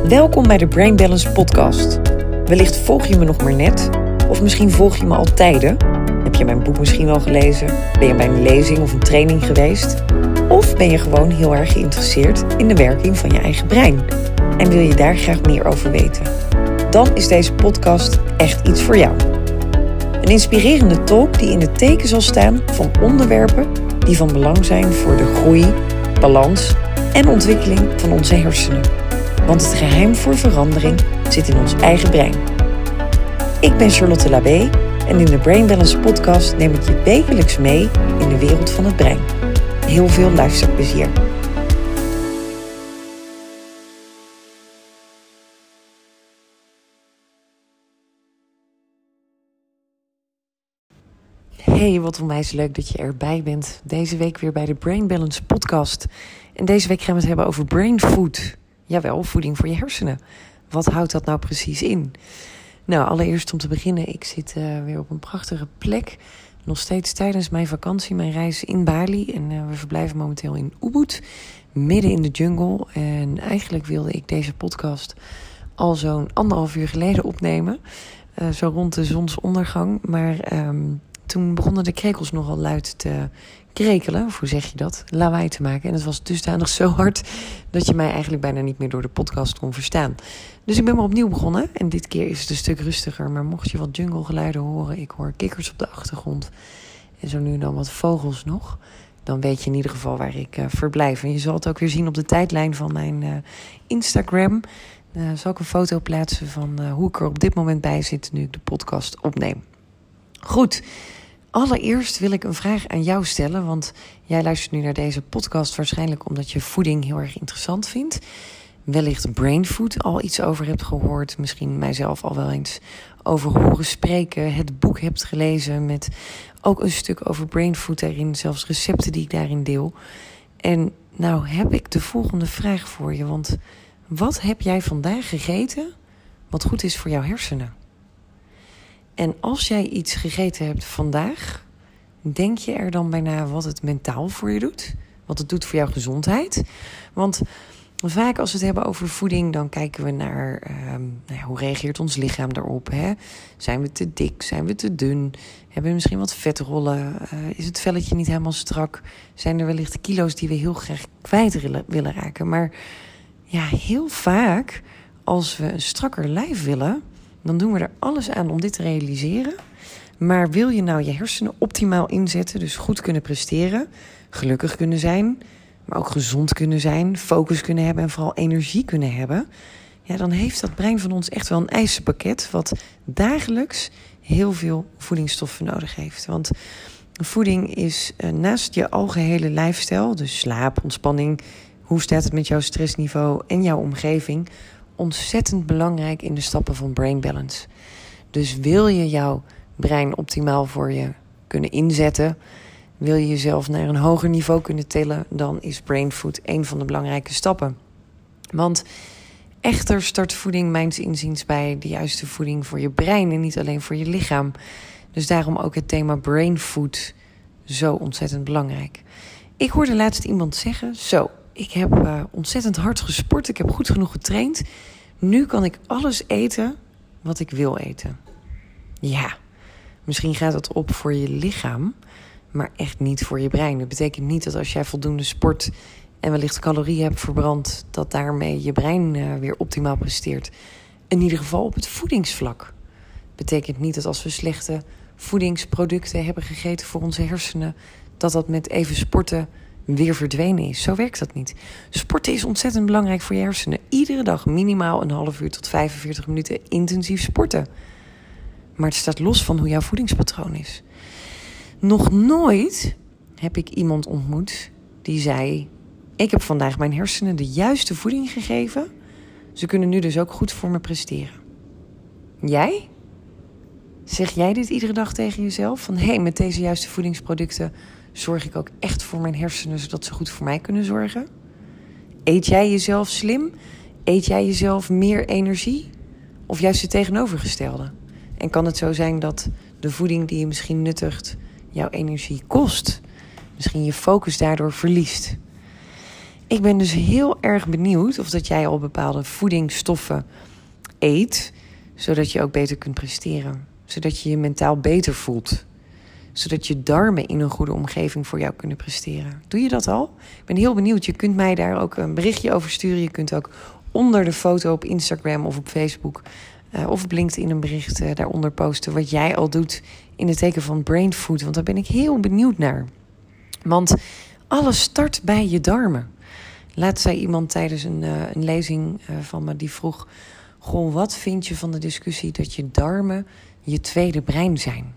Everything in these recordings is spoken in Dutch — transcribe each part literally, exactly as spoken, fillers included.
Welkom bij de Brain Balance podcast. Wellicht volg je me nog maar net, of misschien volg je me al tijden. Heb je mijn boek misschien wel gelezen? Ben je bij een lezing of een training geweest? Of ben je gewoon heel erg geïnteresseerd in de werking van je eigen brein? En wil je daar graag meer over weten? Dan is deze podcast echt iets voor jou. Een inspirerende talk die in het teken zal staan van onderwerpen die van belang zijn voor de groei, balans en ontwikkeling van onze hersenen. Want het geheim voor verandering zit in ons eigen brein. Ik ben Charlotte Labé en in de Brain Balance podcast neem ik je wekelijks mee in de wereld van het brein. Heel veel luisterplezier. Hey, wat onwijs leuk dat je erbij bent. Deze week weer bij de Brain Balance podcast. En deze week gaan we het hebben over brain food. Jawel, voeding voor je hersenen. Wat houdt dat nou precies in? Nou, allereerst om te beginnen, ik zit uh, weer op een prachtige plek. Nog steeds tijdens mijn vakantie, mijn reis in Bali. En uh, we verblijven momenteel in Ubud, midden in de jungle. En eigenlijk wilde ik deze podcast al zo'n anderhalf uur geleden opnemen. Uh, zo rond de zonsondergang. Maar um, toen begonnen de krekels nogal luid te krekelen, of hoe zeg je dat, lawaai te maken. En het was dusdanig zo hard dat je mij eigenlijk bijna niet meer door de podcast kon verstaan. Dus ik ben maar opnieuw begonnen. En dit keer is het een stuk rustiger. Maar mocht je wat junglegeluiden horen, ik hoor kikkers op de achtergrond. En zo nu en dan wat vogels nog. Dan weet je in ieder geval waar ik uh, verblijf. En je zal het ook weer zien op de tijdlijn van mijn uh, Instagram. Uh, zal ik een foto plaatsen van uh, hoe ik er op dit moment bij zit nu ik de podcast opneem. Goed. Allereerst wil ik een vraag aan jou stellen, want jij luistert nu naar deze podcast waarschijnlijk omdat je voeding heel erg interessant vindt. Wellicht brain food al iets over hebt gehoord, misschien mijzelf al wel eens over horen spreken, het boek hebt gelezen met ook een stuk over brain food daarin, zelfs recepten die ik daarin deel. En nou heb ik de volgende vraag voor je, want wat heb jij vandaag gegeten wat goed is voor jouw hersenen? En als jij iets gegeten hebt vandaag, denk je er dan bij na wat het mentaal voor je doet? Wat het doet voor jouw gezondheid? Want vaak als we het hebben over voeding, dan kijken we naar um, nou ja, hoe reageert ons lichaam daarop? Hè? Zijn we te dik? Zijn we te dun? Hebben we misschien wat vetrollen? Uh, is het velletje niet helemaal strak? Zijn er wellicht kilo's die we heel graag kwijt willen raken? Maar ja, heel vaak als we een strakker lijf willen, dan doen we er alles aan om dit te realiseren. Maar wil je nou je hersenen optimaal inzetten, dus goed kunnen presteren, gelukkig kunnen zijn, maar ook gezond kunnen zijn, focus kunnen hebben en vooral energie kunnen hebben, ja, dan heeft dat brein van ons echt wel een eisenpakket wat dagelijks heel veel voedingsstoffen nodig heeft. Want voeding is uh, naast je algehele lifestyle, dus slaap, ontspanning, hoe staat het met jouw stressniveau en jouw omgeving, ontzettend belangrijk in de stappen van brain balance. Dus wil je jouw brein optimaal voor je kunnen inzetten, wil je jezelf naar een hoger niveau kunnen tillen, dan is brain food een van de belangrijke stappen. Want echter start voeding mijns inziens bij de juiste voeding voor je brein en niet alleen voor je lichaam. Dus daarom ook het thema brain food zo ontzettend belangrijk. Ik hoorde laatst iemand zeggen, zo, ik heb uh, ontzettend hard gesport, ik heb goed genoeg getraind. Nu kan ik alles eten wat ik wil eten. Ja, misschien gaat dat op voor je lichaam, maar echt niet voor je brein. Dat betekent niet dat als jij voldoende sport en wellicht calorieën hebt verbrand, dat daarmee je brein uh, weer optimaal presteert. In ieder geval op het voedingsvlak. Betekent niet dat als we slechte voedingsproducten hebben gegeten voor onze hersenen, dat dat met even sporten weer verdwenen is. Zo werkt dat niet. Sporten is ontzettend belangrijk voor je hersenen. Iedere dag minimaal een half uur tot vijfenveertig minuten intensief sporten. Maar het staat los van hoe jouw voedingspatroon is. Nog nooit heb ik iemand ontmoet die zei, ik heb vandaag mijn hersenen de juiste voeding gegeven. Ze kunnen nu dus ook goed voor me presteren. Jij? Zeg jij dit iedere dag tegen jezelf? Van, hé, hey, met deze juiste voedingsproducten zorg ik ook echt voor mijn hersenen, zodat ze goed voor mij kunnen zorgen? Eet jij jezelf slim? Eet jij jezelf meer energie? Of juist het tegenovergestelde? En kan het zo zijn dat de voeding die je misschien nuttigt jouw energie kost? Misschien je focus daardoor verliest? ik ben dus heel erg benieuwd of dat jij al bepaalde voedingsstoffen eet, zodat je ook beter kunt presteren. Zodat je je mentaal beter voelt. Zodat je darmen in een goede omgeving voor jou kunnen presteren. Doe je dat al? Ik ben heel benieuwd. Je kunt mij daar ook een berichtje over sturen. Je kunt ook onder de foto op Instagram of op Facebook uh, of op LinkedIn een bericht uh, daaronder posten wat jij al doet in het teken van brain food. Want daar ben ik heel benieuwd naar. Want alles start bij je darmen. Laatst zei iemand tijdens een, uh, een lezing uh, van me die vroeg: goh, wat vind je van de discussie dat je darmen je tweede brein zijn?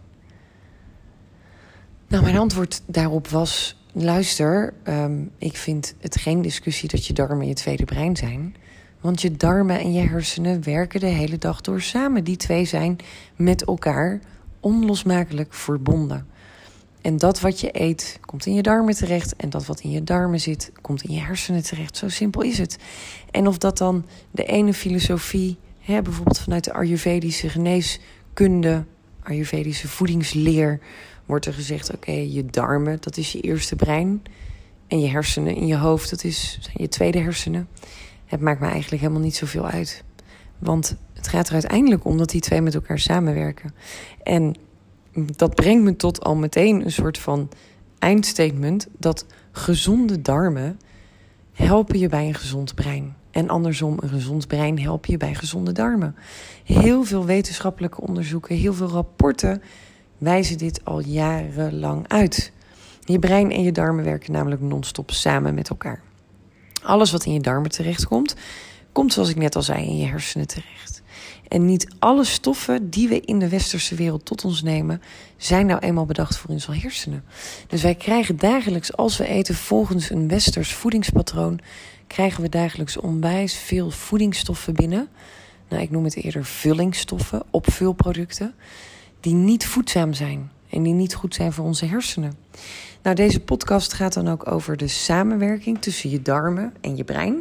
Nou, mijn antwoord daarop was: luister, um, ik vind het geen discussie dat je darmen je tweede brein zijn. Want je darmen en je hersenen werken de hele dag door samen. Die twee zijn met elkaar onlosmakelijk verbonden. En dat wat je eet, komt in je darmen terecht. En dat wat in je darmen zit, komt in je hersenen terecht. Zo simpel is het. En of dat dan de ene filosofie, hè, bijvoorbeeld vanuit de Ayurvedische geneeskunde, Ayurvedische voedingsleer, wordt er gezegd: oké, okay, je darmen, dat is je eerste brein. En je hersenen in je hoofd, dat is, zijn je tweede hersenen. Het maakt me eigenlijk helemaal niet zoveel uit. Want het gaat er uiteindelijk om dat die twee met elkaar samenwerken. En dat brengt me tot al meteen een soort van eindstatement: dat gezonde darmen helpen je bij een gezond brein. En andersom, een gezond brein helpt je bij gezonde darmen. Heel veel wetenschappelijke onderzoeken, heel veel rapporten wijzen dit al jarenlang uit. Je brein en je darmen werken namelijk non-stop samen met elkaar. Alles wat in je darmen terechtkomt, komt zoals ik net al zei in je hersenen terecht. En niet alle stoffen die we in de westerse wereld tot ons nemen, zijn nou eenmaal bedacht voor onze hersenen. Dus wij krijgen dagelijks, als we eten volgens een westers voedingspatroon, krijgen we dagelijks onwijs veel voedingsstoffen binnen. Nou, ik noem het eerder vullingsstoffen, opvulproducten, die niet voedzaam zijn en die niet goed zijn voor onze hersenen. Nou, deze podcast gaat dan ook over de samenwerking tussen je darmen en je brein.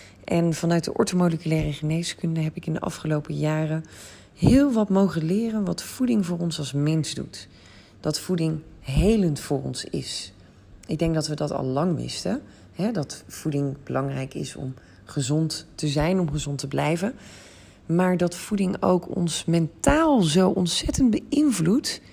En vanuit de orthomoleculaire geneeskunde heb ik in de afgelopen jaren heel wat mogen leren wat voeding voor ons als mens doet. Dat voeding helend voor ons is. Ik denk dat we dat al lang wisten. Hè, dat voeding belangrijk is om gezond te zijn, om gezond te blijven. Maar dat voeding ook ons mentaal zo ontzettend beïnvloedt.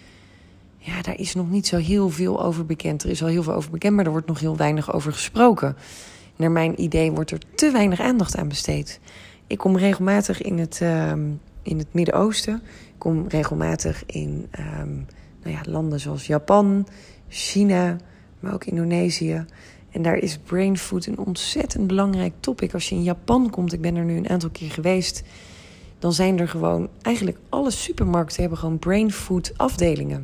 Ja, daar is nog niet zo heel veel over bekend. Er is al heel veel over bekend, maar er wordt nog heel weinig over gesproken. Naar mijn idee wordt er te weinig aandacht aan besteed. Ik kom regelmatig in het, um, in het Midden-Oosten. Ik kom regelmatig in um, nou ja, landen zoals Japan, China, maar ook Indonesië. En daar is brain food een ontzettend belangrijk topic. Als je in Japan komt, ik ben er nu een aantal keer geweest, dan zijn er gewoon, eigenlijk alle supermarkten hebben gewoon brain food afdelingen.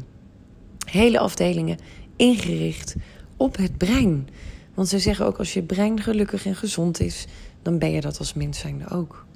Hele afdelingen ingericht op het brein. Want ze zeggen ook, als je brein gelukkig en gezond is, dan ben je dat als mens zijnde ook.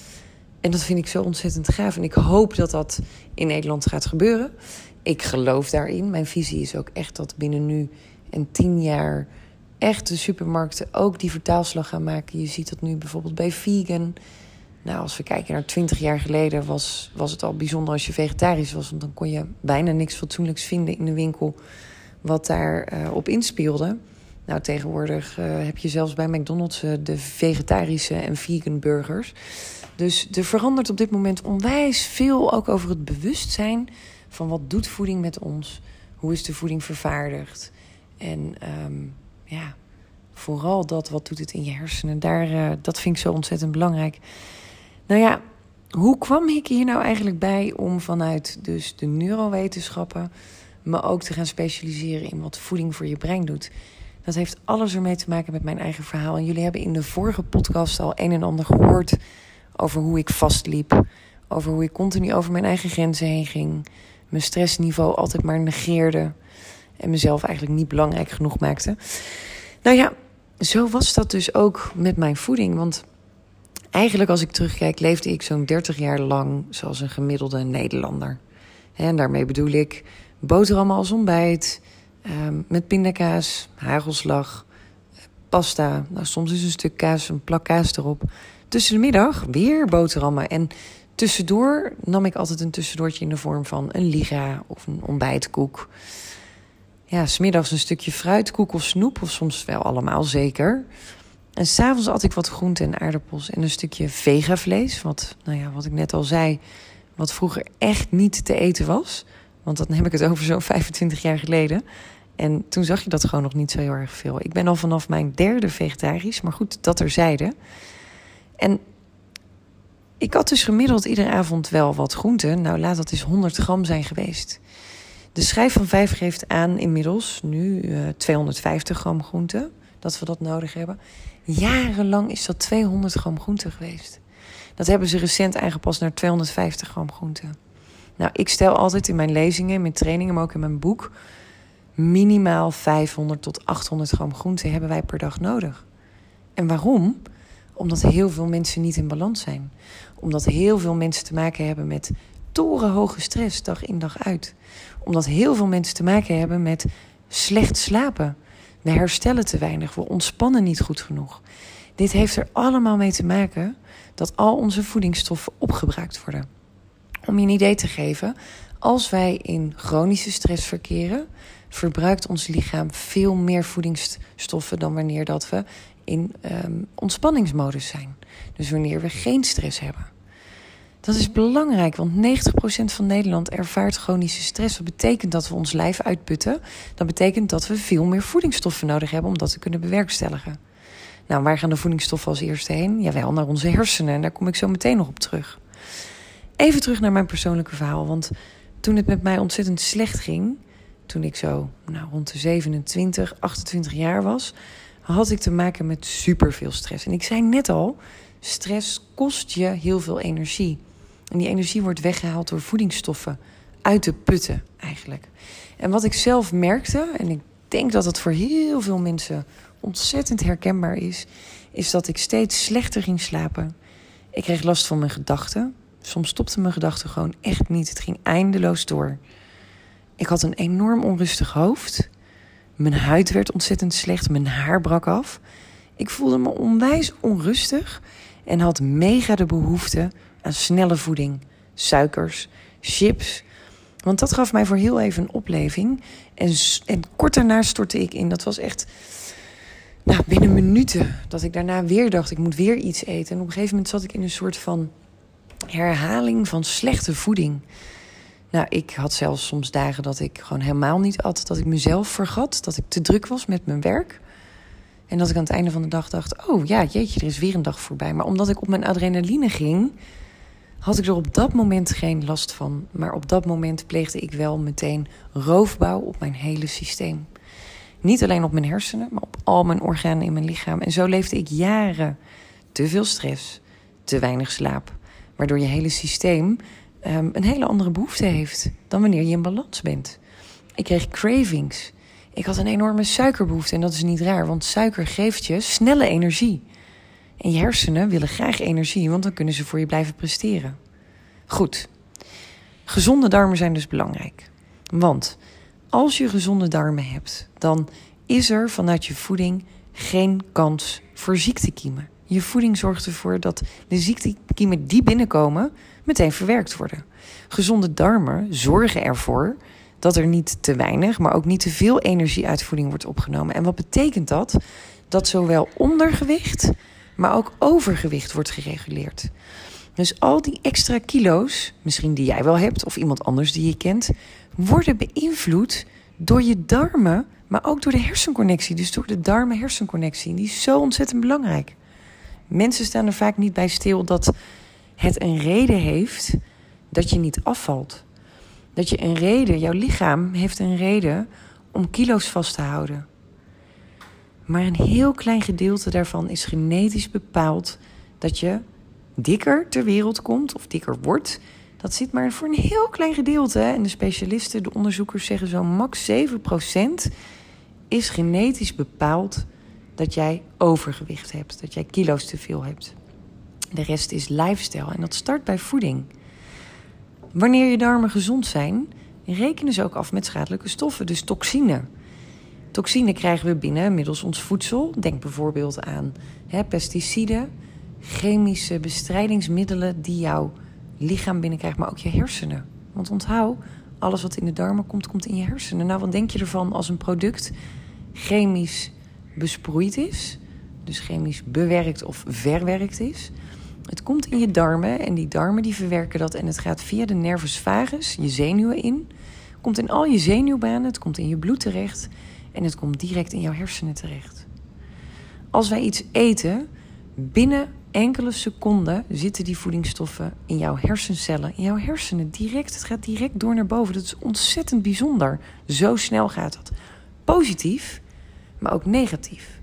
En dat vind ik zo ontzettend gaaf. En ik hoop dat dat in Nederland gaat gebeuren. Ik geloof daarin. Mijn visie is ook echt dat binnen nu en tien jaar echt de supermarkten ook die vertaalslag gaan maken. Je ziet dat nu bijvoorbeeld bij vegan. Nou, als we kijken naar twintig jaar geleden was, was het al bijzonder als je vegetarisch was. Want dan kon je bijna niks fatsoenlijks vinden in de winkel wat daar uh, op inspeelde. Nou, tegenwoordig uh, heb je zelfs bij McDonald's uh, de vegetarische en vegan burgers. Dus er verandert op dit moment onwijs veel ook over het bewustzijn van wat doet voeding met ons? Hoe is de voeding vervaardigd? En um, ja, vooral dat, wat doet het in je hersenen? Daar, uh, dat vind ik zo ontzettend belangrijk. Nou ja, hoe kwam ik hier nou eigenlijk bij om vanuit dus de neurowetenschappen me ook te gaan specialiseren in wat voeding voor je brein doet? Dat heeft alles ermee te maken met mijn eigen verhaal. En jullie hebben in de vorige podcast al een en ander gehoord over hoe ik vastliep. Over hoe ik continu over mijn eigen grenzen heen ging. Mijn stressniveau altijd maar negeerde. En mezelf eigenlijk niet belangrijk genoeg maakte. Nou ja, zo was dat dus ook met mijn voeding. Want eigenlijk als ik terugkijk, leefde ik zo'n dertig jaar lang zoals een gemiddelde Nederlander. En daarmee bedoel ik boterhammen als ontbijt, Um, met pindakaas, hagelslag, pasta. Nou, soms is een stuk kaas, een plak kaas erop. Tussen de middag weer boterhammen. En tussendoor nam ik altijd een tussendoortje in de vorm van een liga of een ontbijtkoek. Ja, 's middags een stukje fruit, koek of snoep. Of soms wel allemaal zeker. En s'avonds at ik wat groente en aardappels en een stukje vegavlees. Wat, nou ja, wat ik net al zei, wat vroeger echt niet te eten was. Want dan heb ik het over zo'n vijfentwintig jaar geleden. En toen zag je dat gewoon nog niet zo heel erg veel. Ik ben al vanaf mijn derde vegetarisch, maar goed, dat terzijde. En ik had dus gemiddeld iedere avond wel wat groente. Nou, laat dat eens honderd gram zijn geweest. De schijf van vijf geeft aan inmiddels nu uh, tweehonderdvijftig gram groente. Dat we dat nodig hebben. Jarenlang is dat tweehonderd gram groente geweest. Dat hebben ze recent aangepast naar tweehonderdvijftig gram groente. Nou, ik stel altijd in mijn lezingen, in mijn trainingen, maar ook in mijn boek, minimaal vijfhonderd tot achthonderd gram groente hebben wij per dag nodig. En waarom? Omdat heel veel mensen niet in balans zijn. Omdat heel veel mensen te maken hebben met torenhoge stress, dag in dag uit. Omdat heel veel mensen te maken hebben met slecht slapen. We herstellen te weinig, we ontspannen niet goed genoeg. Dit heeft er allemaal mee te maken dat al onze voedingsstoffen opgebruikt worden. Om je een idee te geven, als wij in chronische stress verkeren, verbruikt ons lichaam veel meer voedingsstoffen dan wanneer dat we in um, ontspanningsmodus zijn. Dus wanneer we geen stress hebben. Dat is belangrijk, want negentig procent van Nederland ervaart chronische stress. Dat betekent dat we ons lijf uitputten. Dat betekent dat we veel meer voedingsstoffen nodig hebben om dat te kunnen bewerkstelligen. Nou, waar gaan de voedingsstoffen als eerste heen? Jawel, naar onze hersenen. En daar kom ik zo meteen nog op terug. Even terug naar mijn persoonlijke verhaal. Want toen het met mij ontzettend slecht ging, toen ik zo nou, rond de zevenentwintig, achtentwintig jaar was, had ik te maken met superveel stress. En ik zei net al, stress kost je heel veel energie. En die energie wordt weggehaald door voedingsstoffen uit de putten eigenlijk. En wat ik zelf merkte, en ik denk dat het voor heel veel mensen ontzettend herkenbaar is, is dat ik steeds slechter ging slapen. Ik kreeg last van mijn gedachten. Soms stopten mijn gedachten gewoon echt niet. Het ging eindeloos door. Ik had een enorm onrustig hoofd. Mijn huid werd ontzettend slecht. Mijn haar brak af. Ik voelde me onwijs onrustig en had mega de behoefte aan snelle voeding. Suikers, chips. Want dat gaf mij voor heel even een opleving. En, en kort daarna stortte ik in. Dat was echt nou, binnen minuten. Dat ik daarna weer dacht, ik moet weer iets eten. En op een gegeven moment zat ik in een soort van herhaling van slechte voeding. Nou, ik had zelfs soms dagen dat ik gewoon helemaal niet at. Dat ik mezelf vergat. Dat ik te druk was met mijn werk. En dat ik aan het einde van de dag dacht, oh ja, jeetje, er is weer een dag voorbij. Maar omdat ik op mijn adrenaline ging, had ik er op dat moment geen last van. Maar op dat moment pleegde ik wel meteen roofbouw op mijn hele systeem. Niet alleen op mijn hersenen, maar op al mijn organen in mijn lichaam. En zo leefde ik jaren. Te veel stress, te weinig slaap. Waardoor je hele systeem um, een hele andere behoefte heeft dan wanneer je in balans bent. Ik kreeg cravings. Ik had een enorme suikerbehoefte en dat is niet raar, want suiker geeft je snelle energie. En je hersenen willen graag energie, want dan kunnen ze voor je blijven presteren. Goed, gezonde darmen zijn dus belangrijk. Want als je gezonde darmen hebt, dan is er vanuit je voeding geen kans voor ziektekiemen. Je voeding zorgt ervoor dat de ziektekiemen die binnenkomen meteen verwerkt worden. Gezonde darmen zorgen ervoor dat er niet te weinig, maar ook niet te veel energie uit voeding wordt opgenomen. En wat betekent dat? Dat zowel ondergewicht, maar ook overgewicht wordt gereguleerd. Dus al die extra kilo's, misschien die jij wel hebt of iemand anders die je kent, worden beïnvloed door je darmen, maar ook door de hersenconnectie. Dus door de darmen-hersenconnectie. Die is zo ontzettend belangrijk. Mensen staan er vaak niet bij stil dat het een reden heeft dat je niet afvalt. Dat je een reden, jouw lichaam heeft een reden om kilo's vast te houden. Maar een heel klein gedeelte daarvan is genetisch bepaald dat je dikker ter wereld komt of dikker wordt. Dat zit maar voor een heel klein gedeelte. En de specialisten, de onderzoekers zeggen zo max zeven procent is genetisch bepaald dat jij overgewicht hebt. Dat jij kilo's te veel hebt. De rest is lifestyle en dat start bij voeding. Wanneer je darmen gezond zijn, rekenen ze ook af met schadelijke stoffen, dus toxine. Toxine krijgen we binnen middels ons voedsel. Denk bijvoorbeeld aan hè, pesticiden, chemische bestrijdingsmiddelen die jouw lichaam binnenkrijgt, maar ook je hersenen. Want onthoud, alles wat in de darmen komt, komt in je hersenen. Nou, wat denk je ervan als een product chemisch besproeid is, dus chemisch bewerkt of verwerkt is. Het komt in je darmen en die darmen die verwerken dat en het gaat via de nervus vagus, je zenuwen in. Komt in al je zenuwbanen, het komt in je bloed terecht en het komt direct in jouw hersenen terecht. Als wij iets eten, binnen enkele seconden zitten die voedingsstoffen in jouw hersencellen, in jouw hersenen direct. Het gaat direct door naar boven. Dat is ontzettend bijzonder. Zo snel gaat dat. Positief, maar ook negatief.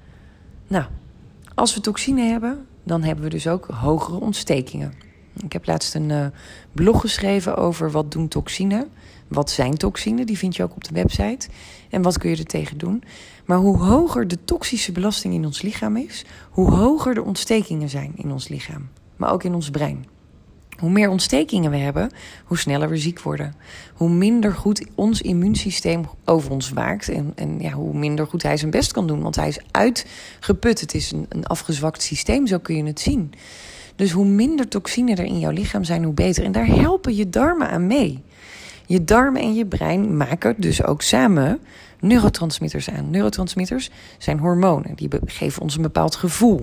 Nou, als we toxine hebben, dan hebben we dus ook hogere ontstekingen. Ik heb laatst een uh, blog geschreven over wat doen toxine. Wat zijn toxine? Die vind je ook op de website. En wat kun je er tegen doen? Maar hoe hoger de toxische belasting in ons lichaam is, hoe hoger de ontstekingen zijn in ons lichaam. Maar ook in ons brein. Hoe meer ontstekingen we hebben, hoe sneller we ziek worden. Hoe minder goed ons immuunsysteem over ons waakt. En, en ja, hoe minder goed hij zijn best kan doen. Want hij is uitgeput. Het is een, een afgezwakt systeem, zo kun je het zien. Dus hoe minder toxine er in jouw lichaam zijn, hoe beter. En daar helpen je darmen aan mee. Je darmen en je brein maken dus ook samen neurotransmitters aan. Neurotransmitters zijn hormonen. Die geven ons een bepaald gevoel.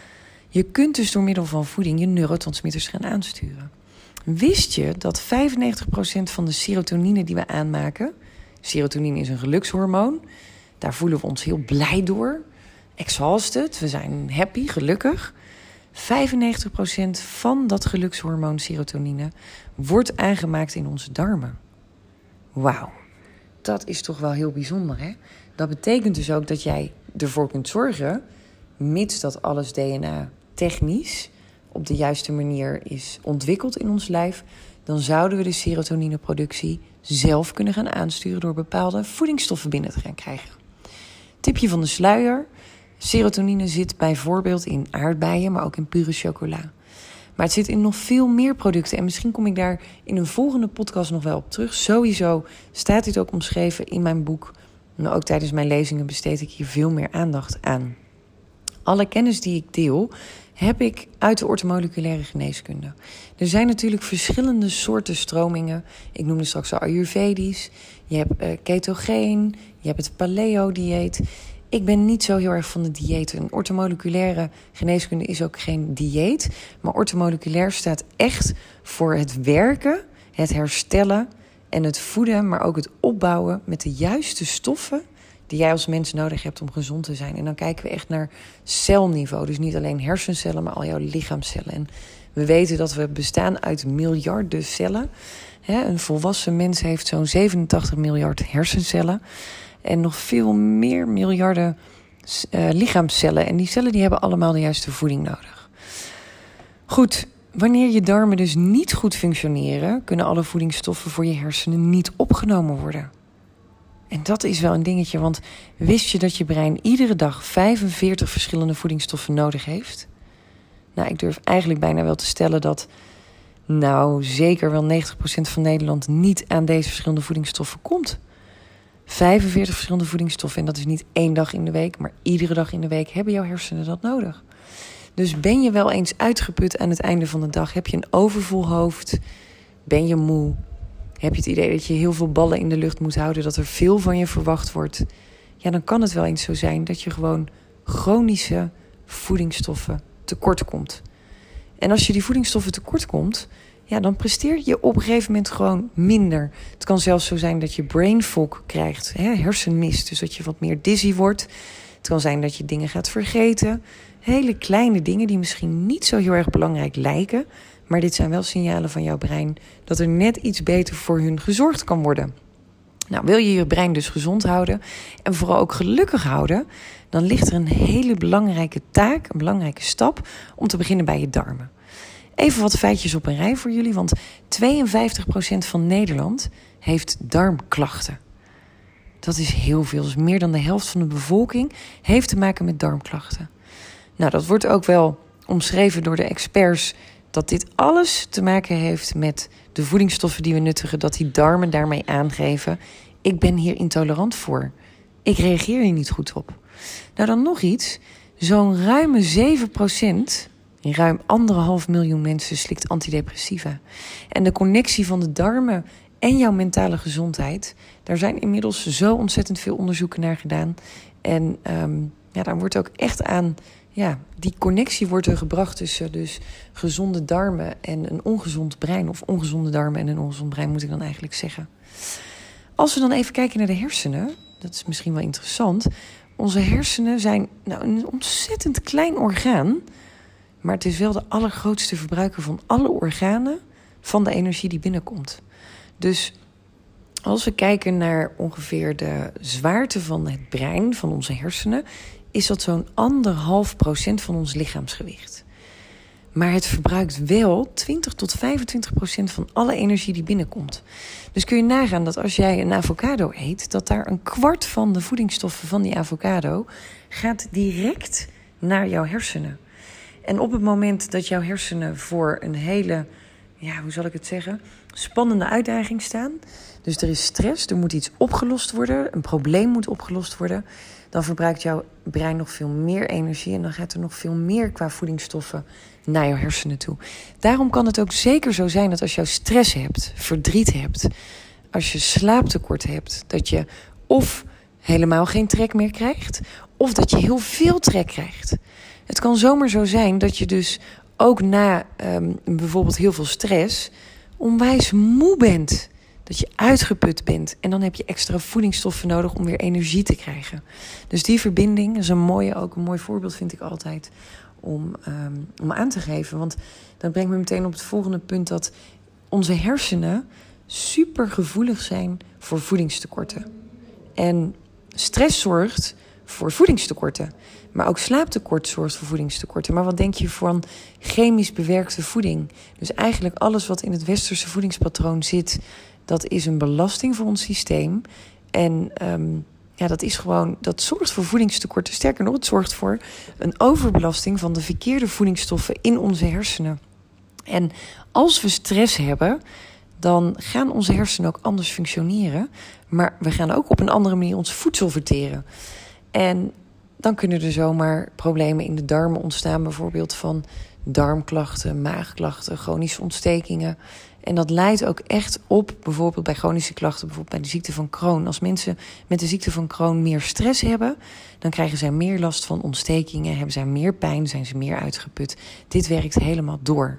Je kunt dus door middel van voeding je neurotransmitters gaan aansturen. Wist je dat vijfennegentig procent van de serotonine die we aanmaken... Serotonine is een gelukshormoon. Daar voelen we ons heel blij door. Exhausted, we zijn happy, gelukkig. vijfennegentig procent van dat gelukshormoon serotonine wordt aangemaakt in onze darmen. Wauw, dat is toch wel heel bijzonder, hè? Dat betekent dus ook dat jij ervoor kunt zorgen, mits dat alles D N A-technisch op de juiste manier is ontwikkeld in ons lijf, dan zouden we de serotonineproductie zelf kunnen gaan aansturen door bepaalde voedingsstoffen binnen te gaan krijgen. Tipje van de sluier. Serotonine zit bijvoorbeeld in aardbeien, maar ook in pure chocola. Maar het zit in nog veel meer producten. En misschien kom ik daar in een volgende podcast nog wel op terug. Sowieso staat dit ook omschreven in mijn boek. En ook tijdens mijn lezingen besteed ik hier veel meer aandacht aan. Alle kennis die ik deel, heb ik uit de orthomoleculaire geneeskunde. Er zijn natuurlijk verschillende soorten stromingen. Ik noemde straks al Ayurvedisch. Je hebt uh, ketogeen. Je hebt het paleo-dieet. Ik ben niet zo heel erg van de diëten. Een orthomoleculaire geneeskunde is ook geen dieet. Maar orthomoleculair staat echt voor het werken, het herstellen en het voeden, maar ook het opbouwen met de juiste stoffen die jij als mens nodig hebt om gezond te zijn. En dan kijken we echt naar celniveau. Dus niet alleen hersencellen, maar al jouw lichaamcellen. En we weten dat we bestaan uit miljarden cellen. Een volwassen mens heeft zo'n zevenentachtig miljard hersencellen. En nog veel meer miljarden uh, lichaamscellen. En die cellen die hebben allemaal de juiste voeding nodig. Goed, wanneer je darmen dus niet goed functioneren, kunnen alle voedingsstoffen voor je hersenen niet opgenomen worden. En dat is wel een dingetje, want wist je dat je brein iedere dag vijfenveertig verschillende voedingsstoffen nodig heeft? Nou, ik durf eigenlijk bijna wel te stellen dat, nou, zeker wel negentig procent van Nederland niet aan deze verschillende voedingsstoffen komt. vijfenveertig verschillende voedingsstoffen, en dat is niet één dag in de week, maar iedere dag in de week hebben jouw hersenen dat nodig. Dus ben je wel eens uitgeput aan het einde van de dag? Heb je een overvol hoofd? Ben je moe? Heb je het idee dat je heel veel ballen in de lucht moet houden, dat er veel van je verwacht wordt? Ja, dan kan het wel eens zo zijn dat je gewoon chronische voedingsstoffen tekort komt. En als je die voedingsstoffen tekort komt, ja, dan presteer je op een gegeven moment gewoon minder. Het kan zelfs zo zijn dat je brain fog krijgt, hè, hersenmist, dus dat je wat meer dizzy wordt. Het kan zijn dat je dingen gaat vergeten. Hele kleine dingen die misschien niet zo heel erg belangrijk lijken, maar dit zijn wel signalen van jouw brein dat er net iets beter voor hun gezorgd kan worden. Nou, wil je je brein dus gezond houden en vooral ook gelukkig houden, dan ligt er een hele belangrijke taak, een belangrijke stap om te beginnen bij je darmen. Even wat feitjes op een rij voor jullie, want tweeënvijftig procent van Nederland heeft darmklachten. Dat is heel veel, dus meer dan de helft van de bevolking heeft te maken met darmklachten. Nou, dat wordt ook wel omschreven door de experts dat dit alles te maken heeft met de voedingsstoffen die we nuttigen, dat die darmen daarmee aangeven: ik ben hier intolerant voor. Ik reageer hier niet goed op. Nou, dan nog iets. Zo'n ruime zeven procent, ruim anderhalf miljoen mensen, slikt antidepressiva. En de connectie van de darmen en jouw mentale gezondheid, daar zijn inmiddels zo ontzettend veel onderzoeken naar gedaan. En um, ja, daar wordt ook echt aan, ja, die connectie wordt er gebracht tussen dus gezonde darmen en een ongezond brein. Of ongezonde darmen en een ongezond brein, moet ik dan eigenlijk zeggen. Als we dan even kijken naar de hersenen, dat is misschien wel interessant. Onze hersenen zijn nou, een ontzettend klein orgaan, maar het is wel de allergrootste verbruiker van alle organen van de energie die binnenkomt. Dus als we kijken naar ongeveer de zwaarte van het brein, van onze hersenen, is dat zo'n anderhalf procent van ons lichaamsgewicht. Maar het verbruikt wel twintig tot vijfentwintig procent van alle energie die binnenkomt. Dus kun je nagaan dat als jij een avocado eet, dat daar een kwart van de voedingsstoffen van die avocado gaat direct naar jouw hersenen. En op het moment dat jouw hersenen voor een hele, ja, hoe zal ik het zeggen, spannende uitdaging staan, dus er is stress, er moet iets opgelost worden, een probleem moet opgelost worden, dan verbruikt jouw brein nog veel meer energie en dan gaat er nog veel meer qua voedingsstoffen naar jouw hersenen toe. Daarom kan het ook zeker zo zijn dat als je stress hebt, verdriet hebt, als je slaaptekort hebt, dat je of helemaal geen trek meer krijgt, of dat je heel veel trek krijgt. Het kan zomaar zo zijn dat je dus ook na um, bijvoorbeeld heel veel stress onwijs moe bent. Dat je uitgeput bent. En dan heb je extra voedingsstoffen nodig om weer energie te krijgen. Dus die verbinding is een mooie, ook een mooi voorbeeld vind ik altijd om, um, om aan te geven. Want dat brengt me meteen op het volgende punt dat onze hersenen super gevoelig zijn voor voedingstekorten. En stress zorgt voor voedingstekorten. Maar ook slaaptekort zorgt voor voedingstekorten. Maar wat denk je van chemisch bewerkte voeding? Dus eigenlijk alles wat in het westerse voedingspatroon zit, dat is een belasting voor ons systeem. En um, ja, dat is gewoon, dat zorgt voor voedingstekorten. Sterker nog, het zorgt voor een overbelasting van de verkeerde voedingsstoffen in onze hersenen. En als we stress hebben, dan gaan onze hersenen ook anders functioneren. Maar we gaan ook op een andere manier ons voedsel verteren. En dan kunnen er zomaar problemen in de darmen ontstaan, bijvoorbeeld van darmklachten, maagklachten, chronische ontstekingen. En dat leidt ook echt op, bijvoorbeeld bij chronische klachten, bijvoorbeeld bij de ziekte van Crohn. Als mensen met de ziekte van Crohn meer stress hebben, dan krijgen zij meer last van ontstekingen, hebben zij meer pijn, zijn ze meer uitgeput. Dit werkt helemaal door.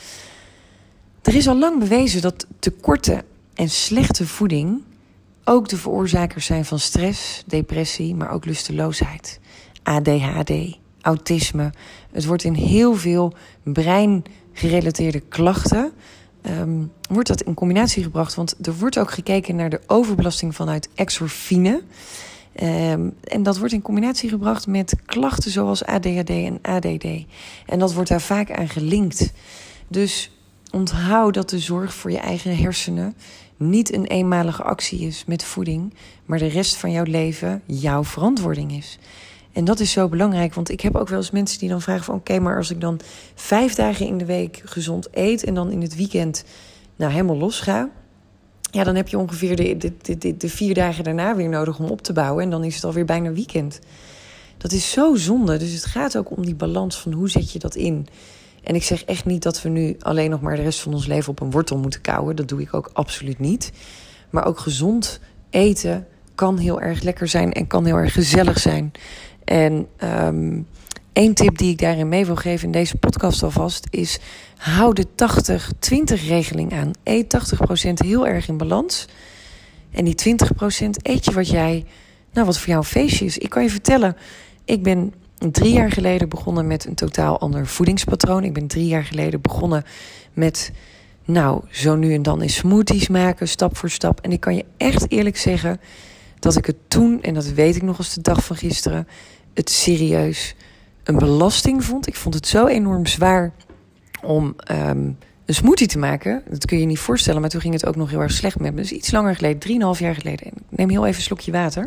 Er is al lang bewezen dat tekorten en slechte voeding ook de veroorzakers zijn van stress, depressie, maar ook lusteloosheid, A D H D, autisme. Het wordt in heel veel breingerelateerde klachten Um, wordt dat in combinatie gebracht. Want er wordt ook gekeken naar de overbelasting vanuit exorfine. Um, en dat wordt in combinatie gebracht met klachten zoals A D H D en A D D. En dat wordt daar vaak aan gelinkt. Dus onthoud dat de zorg voor je eigen hersenen niet een eenmalige actie is met voeding, maar de rest van jouw leven jouw verantwoording is. En dat is zo belangrijk, want ik heb ook wel eens mensen die dan vragen van oké, okay, maar als ik dan vijf dagen in de week gezond eet en dan in het weekend nou helemaal los ga, ja, dan heb je ongeveer de, de, de, de vier dagen daarna weer nodig om op te bouwen en dan is het alweer bijna weekend. Dat is zo zonde, dus het gaat ook om die balans van hoe zet je dat in. En ik zeg echt niet dat we nu alleen nog maar de rest van ons leven op een wortel moeten kauwen, dat doe ik ook absoluut niet. Maar ook gezond eten kan heel erg lekker zijn en kan heel erg gezellig zijn. En um, één tip die ik daarin mee wil geven in deze podcast alvast is, hou de tachtig twintig regeling aan. Eet tachtig procent heel erg in balans. En die twintig procent eet je wat jij, nou wat voor jou een feestje is. Ik kan je vertellen, ik ben drie jaar geleden begonnen met een totaal ander voedingspatroon. Ik ben drie jaar geleden begonnen met, nou, zo nu en dan eens smoothies maken, stap voor stap. En ik kan je echt eerlijk zeggen dat ik het toen, en dat weet ik nog als de dag van gisteren, het serieus een belasting vond. Ik vond het zo enorm zwaar om um, een smoothie te maken. Dat kun je je niet voorstellen, maar toen ging het ook nog heel erg slecht met me. Dus iets langer geleden, drieënhalf jaar geleden. Ik neem heel even een slokje water.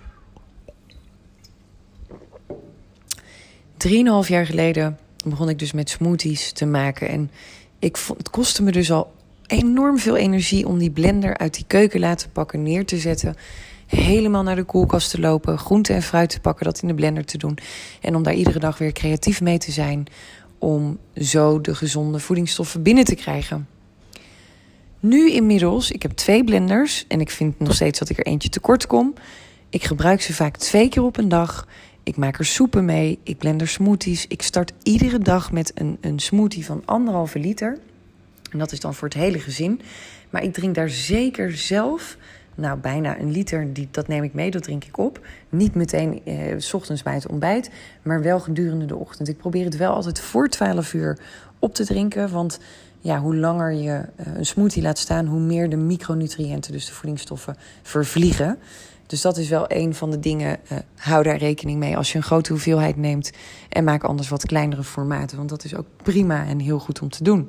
Drieënhalf jaar geleden begon ik dus met smoothies te maken. En ik vond, het kostte me dus al enorm veel energie om die blender uit die keuken laten pakken, neer te zetten, helemaal naar de koelkast te lopen, groente en fruit te pakken, dat in de blender te doen. En om daar iedere dag weer creatief mee te zijn, om zo de gezonde voedingsstoffen binnen te krijgen. Nu inmiddels, ik heb twee blenders en ik vind nog steeds dat ik er eentje tekort kom. Ik gebruik ze vaak twee keer op een dag. Ik maak er soepen mee. Ik blend er smoothies. Ik start iedere dag met een, een smoothie van anderhalve liter. En dat is dan voor het hele gezin. Maar ik drink daar zeker zelf, nou bijna een liter, die, dat neem ik mee, dat drink ik op. Niet meteen eh, 's ochtends bij het ontbijt, maar wel gedurende de ochtend. Ik probeer het wel altijd voor twaalf uur op te drinken. Want ja, hoe langer je uh, een smoothie laat staan, hoe meer de micronutriënten, dus de voedingsstoffen, vervliegen. Dus dat is wel een van de dingen. Uh, hou daar rekening mee als je een grote hoeveelheid neemt. En maak anders wat kleinere formaten. Want dat is ook prima en heel goed om te doen.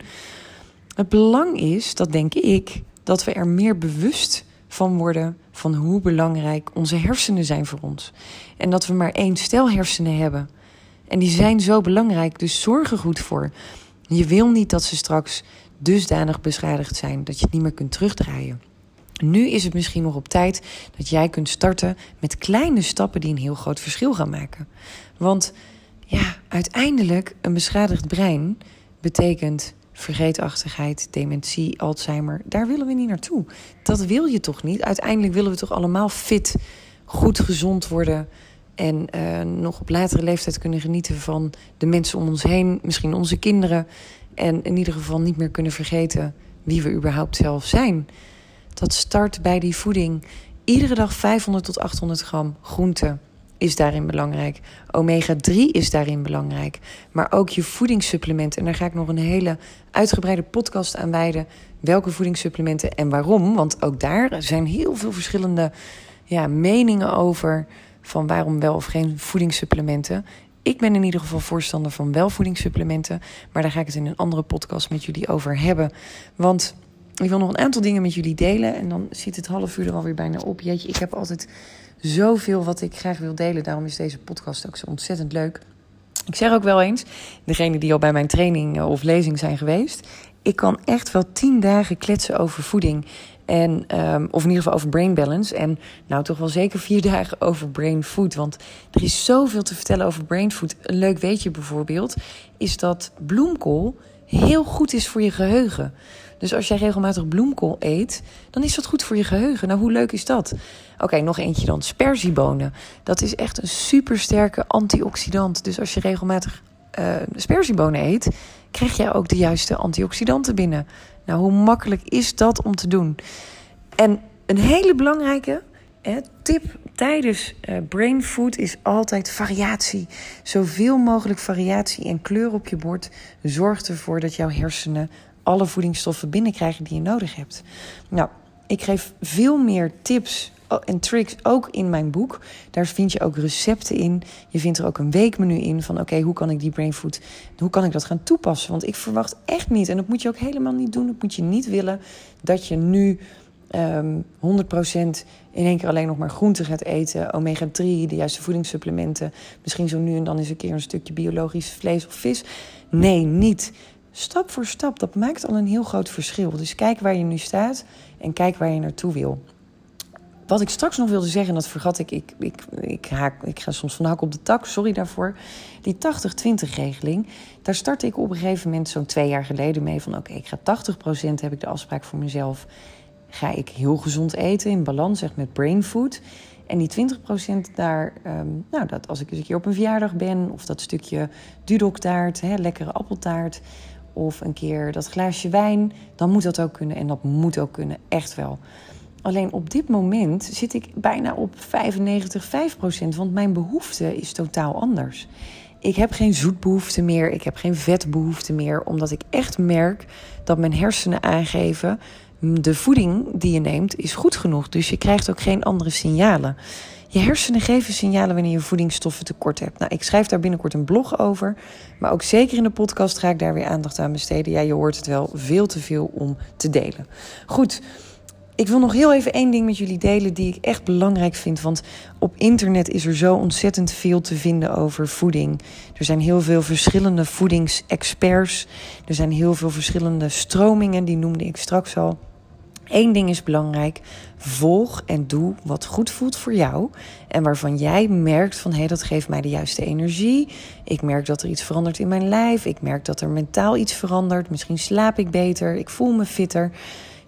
Het belang is, dat denk ik, dat we er meer bewust van worden van hoe belangrijk onze hersenen zijn voor ons. En dat we maar één stel hersenen hebben. En die zijn zo belangrijk, dus zorg er goed voor. Je wil niet dat ze straks dusdanig beschadigd zijn dat je het niet meer kunt terugdraaien. Nu is het misschien nog op tijd dat jij kunt starten met kleine stappen die een heel groot verschil gaan maken. Want ja, uiteindelijk een beschadigd brein betekent vergeetachtigheid, dementie, Alzheimer. Daar willen we niet naartoe. Dat wil je toch niet? Uiteindelijk willen we toch allemaal fit, goed gezond worden en uh, nog op latere leeftijd kunnen genieten van de mensen om ons heen, misschien onze kinderen, en in ieder geval niet meer kunnen vergeten wie we überhaupt zelf zijn. Dat start bij die voeding. Iedere dag vijfhonderd tot achthonderd gram groente is daarin belangrijk. omega drie is daarin belangrijk. Maar ook je voedingssupplementen. En daar ga ik nog een hele uitgebreide podcast aan wijden. Welke voedingssupplementen en waarom. Want ook daar zijn heel veel verschillende ja, meningen over. Van waarom wel of geen voedingssupplementen. Ik ben in ieder geval voorstander van wel voedingssupplementen. Maar daar ga ik het in een andere podcast met jullie over hebben. Want ik wil nog een aantal dingen met jullie delen. En dan zit het half uur er alweer bijna op. Jeetje, ik heb altijd zoveel wat ik graag wil delen. Daarom is deze podcast ook zo ontzettend leuk. Ik zeg ook wel eens, degenen die al bij mijn training of lezing zijn geweest, ik kan echt wel tien dagen kletsen over voeding. En, um, of in ieder geval over brain balance. En nou toch wel zeker vier dagen over brain food. Want er is zoveel te vertellen over brain food. Een leuk weetje bijvoorbeeld is dat bloemkool heel goed is voor je geheugen. Dus als jij regelmatig bloemkool eet, dan is dat goed voor je geheugen. Nou, hoe leuk is dat? Oké, okay, nog eentje dan. Sperziebonen. Dat is echt een supersterke antioxidant. Dus als je regelmatig uh, sperziebonen eet, krijg jij ook de juiste antioxidanten binnen. Nou, hoe makkelijk is dat om te doen? En een hele belangrijke hè, tip tijdens uh, brain food is altijd variatie. Zoveel mogelijk variatie en kleur op je bord zorgt ervoor dat jouw hersenen alle voedingsstoffen binnenkrijgen die je nodig hebt. Nou, ik geef veel meer tips en tricks ook in mijn boek. Daar vind je ook recepten in. Je vindt er ook een weekmenu in van oké, okay, hoe kan ik die brain food, hoe kan ik dat gaan toepassen? Want ik verwacht echt niet, en dat moet je ook helemaal niet doen, dat moet je niet willen, dat je nu um, honderd procent in één keer alleen nog maar groente gaat eten, omega drie, de juiste voedingssupplementen, misschien zo nu en dan eens een keer een stukje biologisch vlees of vis. Nee, niet. Stap voor stap, dat maakt al een heel groot verschil. Dus kijk waar je nu staat en kijk waar je naartoe wil. Wat ik straks nog wilde zeggen, en dat vergat ik, ik, ik, ik, haak, ik ga soms van hak op de tak, sorry daarvoor. Die tachtig twintig regeling, daar startte ik op een gegeven moment zo'n twee jaar geleden mee. Van oké, okay, ik ga tachtig procent, heb ik de afspraak voor mezelf, ga ik heel gezond eten, in balans, echt met brain food. En die twintig procent daar, um, nou, dat als ik eens een keer op een verjaardag ben, of dat stukje dudoktaart, hè, lekkere appeltaart, of een keer dat glaasje wijn, dan moet dat ook kunnen. En dat moet ook kunnen, echt wel. Alleen op dit moment zit ik bijna op vijfennegentig komma vijf procent, want mijn behoefte is totaal anders. Ik heb geen zoetbehoefte meer, ik heb geen vetbehoefte meer, omdat ik echt merk dat mijn hersenen aangeven, de voeding die je neemt is goed genoeg. Dus je krijgt ook geen andere signalen. Je hersenen geven signalen wanneer je voedingsstoffen tekort hebt. Nou, ik schrijf daar binnenkort een blog over. Maar ook zeker in de podcast ga ik daar weer aandacht aan besteden. Ja, je hoort het wel, veel te veel om te delen. Goed, ik wil nog heel even één ding met jullie delen die ik echt belangrijk vind. Want op internet is er zo ontzettend veel te vinden over voeding. Er zijn heel veel verschillende voedingsexperts. Er zijn heel veel verschillende stromingen, die noemde ik straks al. Eén ding is belangrijk, volg en doe wat goed voelt voor jou. En waarvan jij merkt van, hé, hey, dat geeft mij de juiste energie. Ik merk dat er iets verandert in mijn lijf. Ik merk dat er mentaal iets verandert. Misschien slaap ik beter, ik voel me fitter.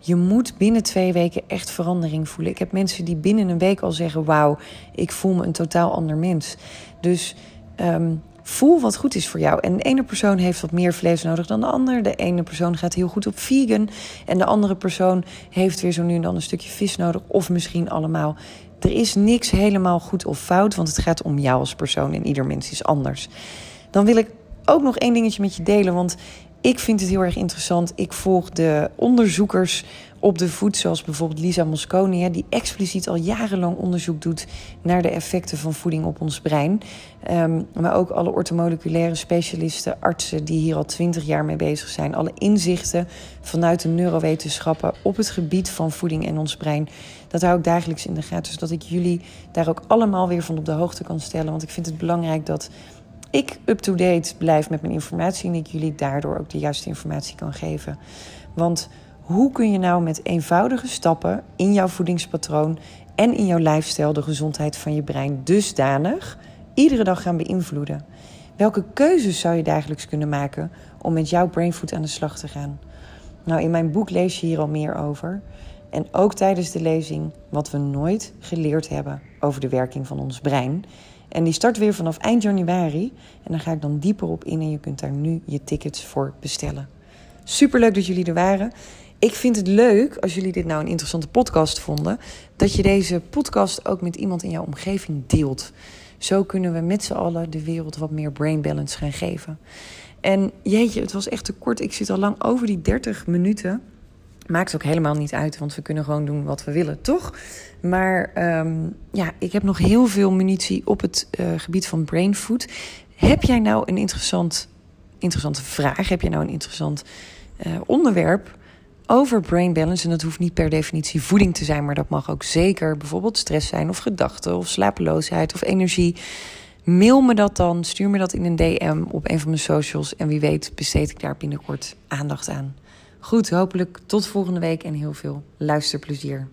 Je moet binnen twee weken echt verandering voelen. Ik heb mensen die binnen een week al zeggen, wauw, ik voel me een totaal ander mens. Dus um, voel wat goed is voor jou. En de ene persoon heeft wat meer vlees nodig dan de ander. De ene persoon gaat heel goed op vegan. En de andere persoon heeft weer zo nu en dan een stukje vis nodig. Of misschien allemaal. Er is niks helemaal goed of fout, want het gaat om jou als persoon en ieder mens is anders. Dan wil ik ook nog één dingetje met je delen, want ik vind het heel erg interessant. Ik volg de onderzoekers op de voet, zoals bijvoorbeeld Lisa Mosconi, die expliciet al jarenlang onderzoek doet naar de effecten van voeding op ons brein. Um, maar ook alle orthomoleculaire specialisten, artsen die hier al twintig jaar mee bezig zijn. Alle inzichten vanuit de neurowetenschappen op het gebied van voeding en ons brein. Dat hou ik dagelijks in de gaten, zodat ik jullie daar ook allemaal weer van op de hoogte kan stellen. Want ik vind het belangrijk dat ik up-to-date blijf met mijn informatie en ik jullie daardoor ook de juiste informatie kan geven. Want hoe kun je nou met eenvoudige stappen in jouw voedingspatroon en in jouw lifestyle de gezondheid van je brein dusdanig iedere dag gaan beïnvloeden? Welke keuzes zou je dagelijks kunnen maken om met jouw brainfood aan de slag te gaan? Nou, in mijn boek lees je hier al meer over. En ook tijdens de lezing wat we nooit geleerd hebben over de werking van ons brein. En die start weer vanaf eind januari. En daar ga ik dan dieper op in en je kunt daar nu je tickets voor bestellen. Superleuk dat jullie er waren. Ik vind het leuk, als jullie dit nou een interessante podcast vonden, dat je deze podcast ook met iemand in jouw omgeving deelt. Zo kunnen we met z'n allen de wereld wat meer brain balance gaan geven. En jeetje, het was echt te kort. Ik zit al lang over die dertig minuten. Maakt ook helemaal niet uit, want we kunnen gewoon doen wat we willen, toch? Maar um, ja, ik heb nog heel veel munitie op het uh, gebied van brainfood. Heb jij nou een interessant, interessante vraag? Heb jij nou een interessant uh, onderwerp over brain balance? En dat hoeft niet per definitie voeding te zijn, maar dat mag ook zeker bijvoorbeeld stress zijn of gedachten of slapeloosheid of energie. Mail me dat dan, stuur me dat in een D M op een van mijn socials en wie weet besteed ik daar binnenkort aandacht aan. Goed, hopelijk tot volgende week en heel veel luisterplezier.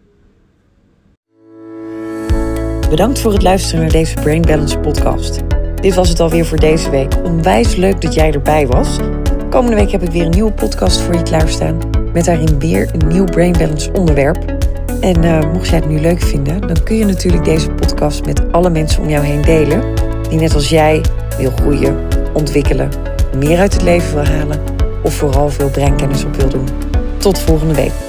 Bedankt voor het luisteren naar deze Brain Balance podcast. Dit was het alweer voor deze week. Onwijs leuk dat jij erbij was. Komende week heb ik weer een nieuwe podcast voor je klaarstaan. Met daarin weer een nieuw Brain Balance onderwerp. En uh, mocht jij het nu leuk vinden, dan kun je natuurlijk deze podcast met alle mensen om jou heen delen. Die net als jij wil groeien, ontwikkelen, meer uit het leven wil halen. Of vooral veel breinkennis op wil doen. Tot volgende week.